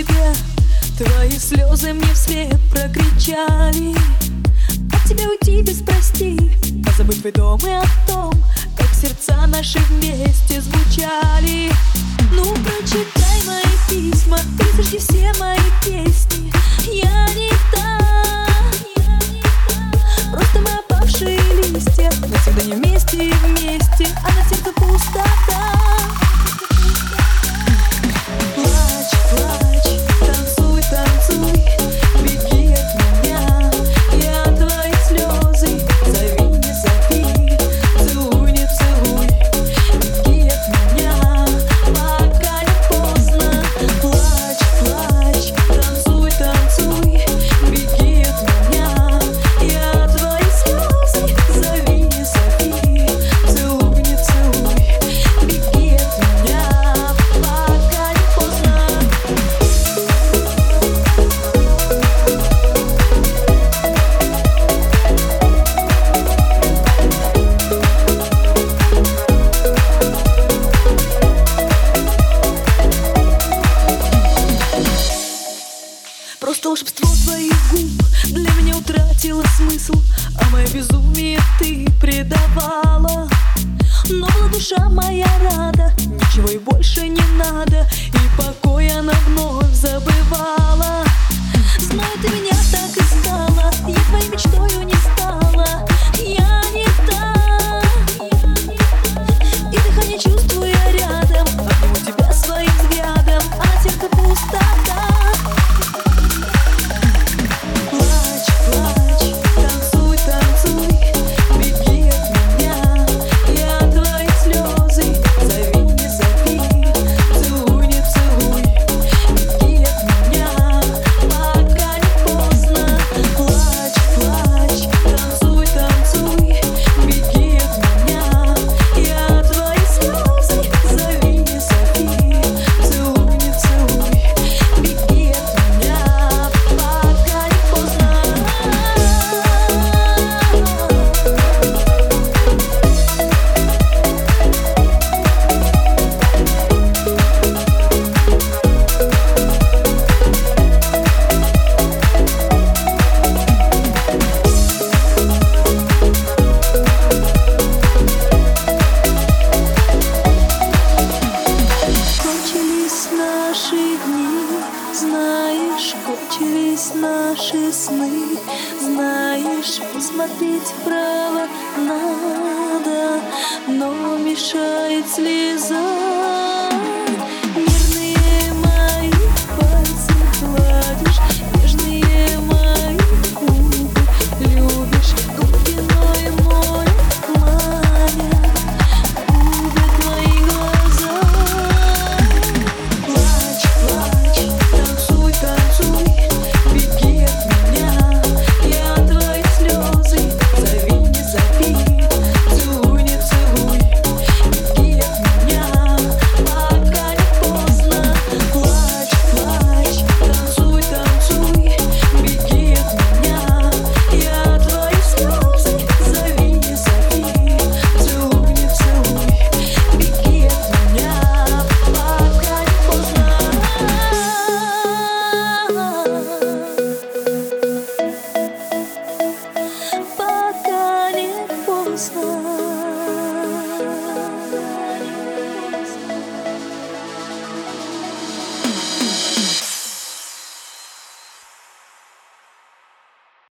тебя. Твои слезы мне вслед прокричали: от тебя уйти без прости, позабыть твой дом и о том, как сердца наши вместе звучали. Ну, прочитай мои письма, пересожги все мои песни. Я не та, просто мы опавшие листья, навсегда не вместе и вместе, а на сердце пустота. Плачь, плачь, танцуй, танцуй, беги от меня, я твои слезы. Зови, не зови, целуй, не целуй, беги от меня, пока не поздно. Плачь, плачь, танцуй, танцуй, беги от меня, я твои слезы. Зови, не зови, целуй, не целуй, беги от меня, пока не поздно. Просто волшебство твоих губ для меня утратило смысл, а мое безумие ты предавала. Но была душа моя рада, ничего и больше не надо, и покой она вновь забывала. Знаю, ты меня так искала, я твоей мечтою не стала. Я не та, и дыхание чувствую я рядом, обниму тебя своим взглядом, а на сердце пустота. Плачь, плачь, танцуй, танцуй, беги от меня, я твои слезы. Зови, не зови, целуй, не целуй, беги от меня, пока не поздно. Плачь, плачь, танцуй, танцуй, беги от меня, я твои слезы. Зови, не зови, целуй, не целуй, беги от меня, пока не поздно. Кончились наши дни, знаешь, кончились наши сны. Знаешь, посмотреть вправо надо, но мешает слеза.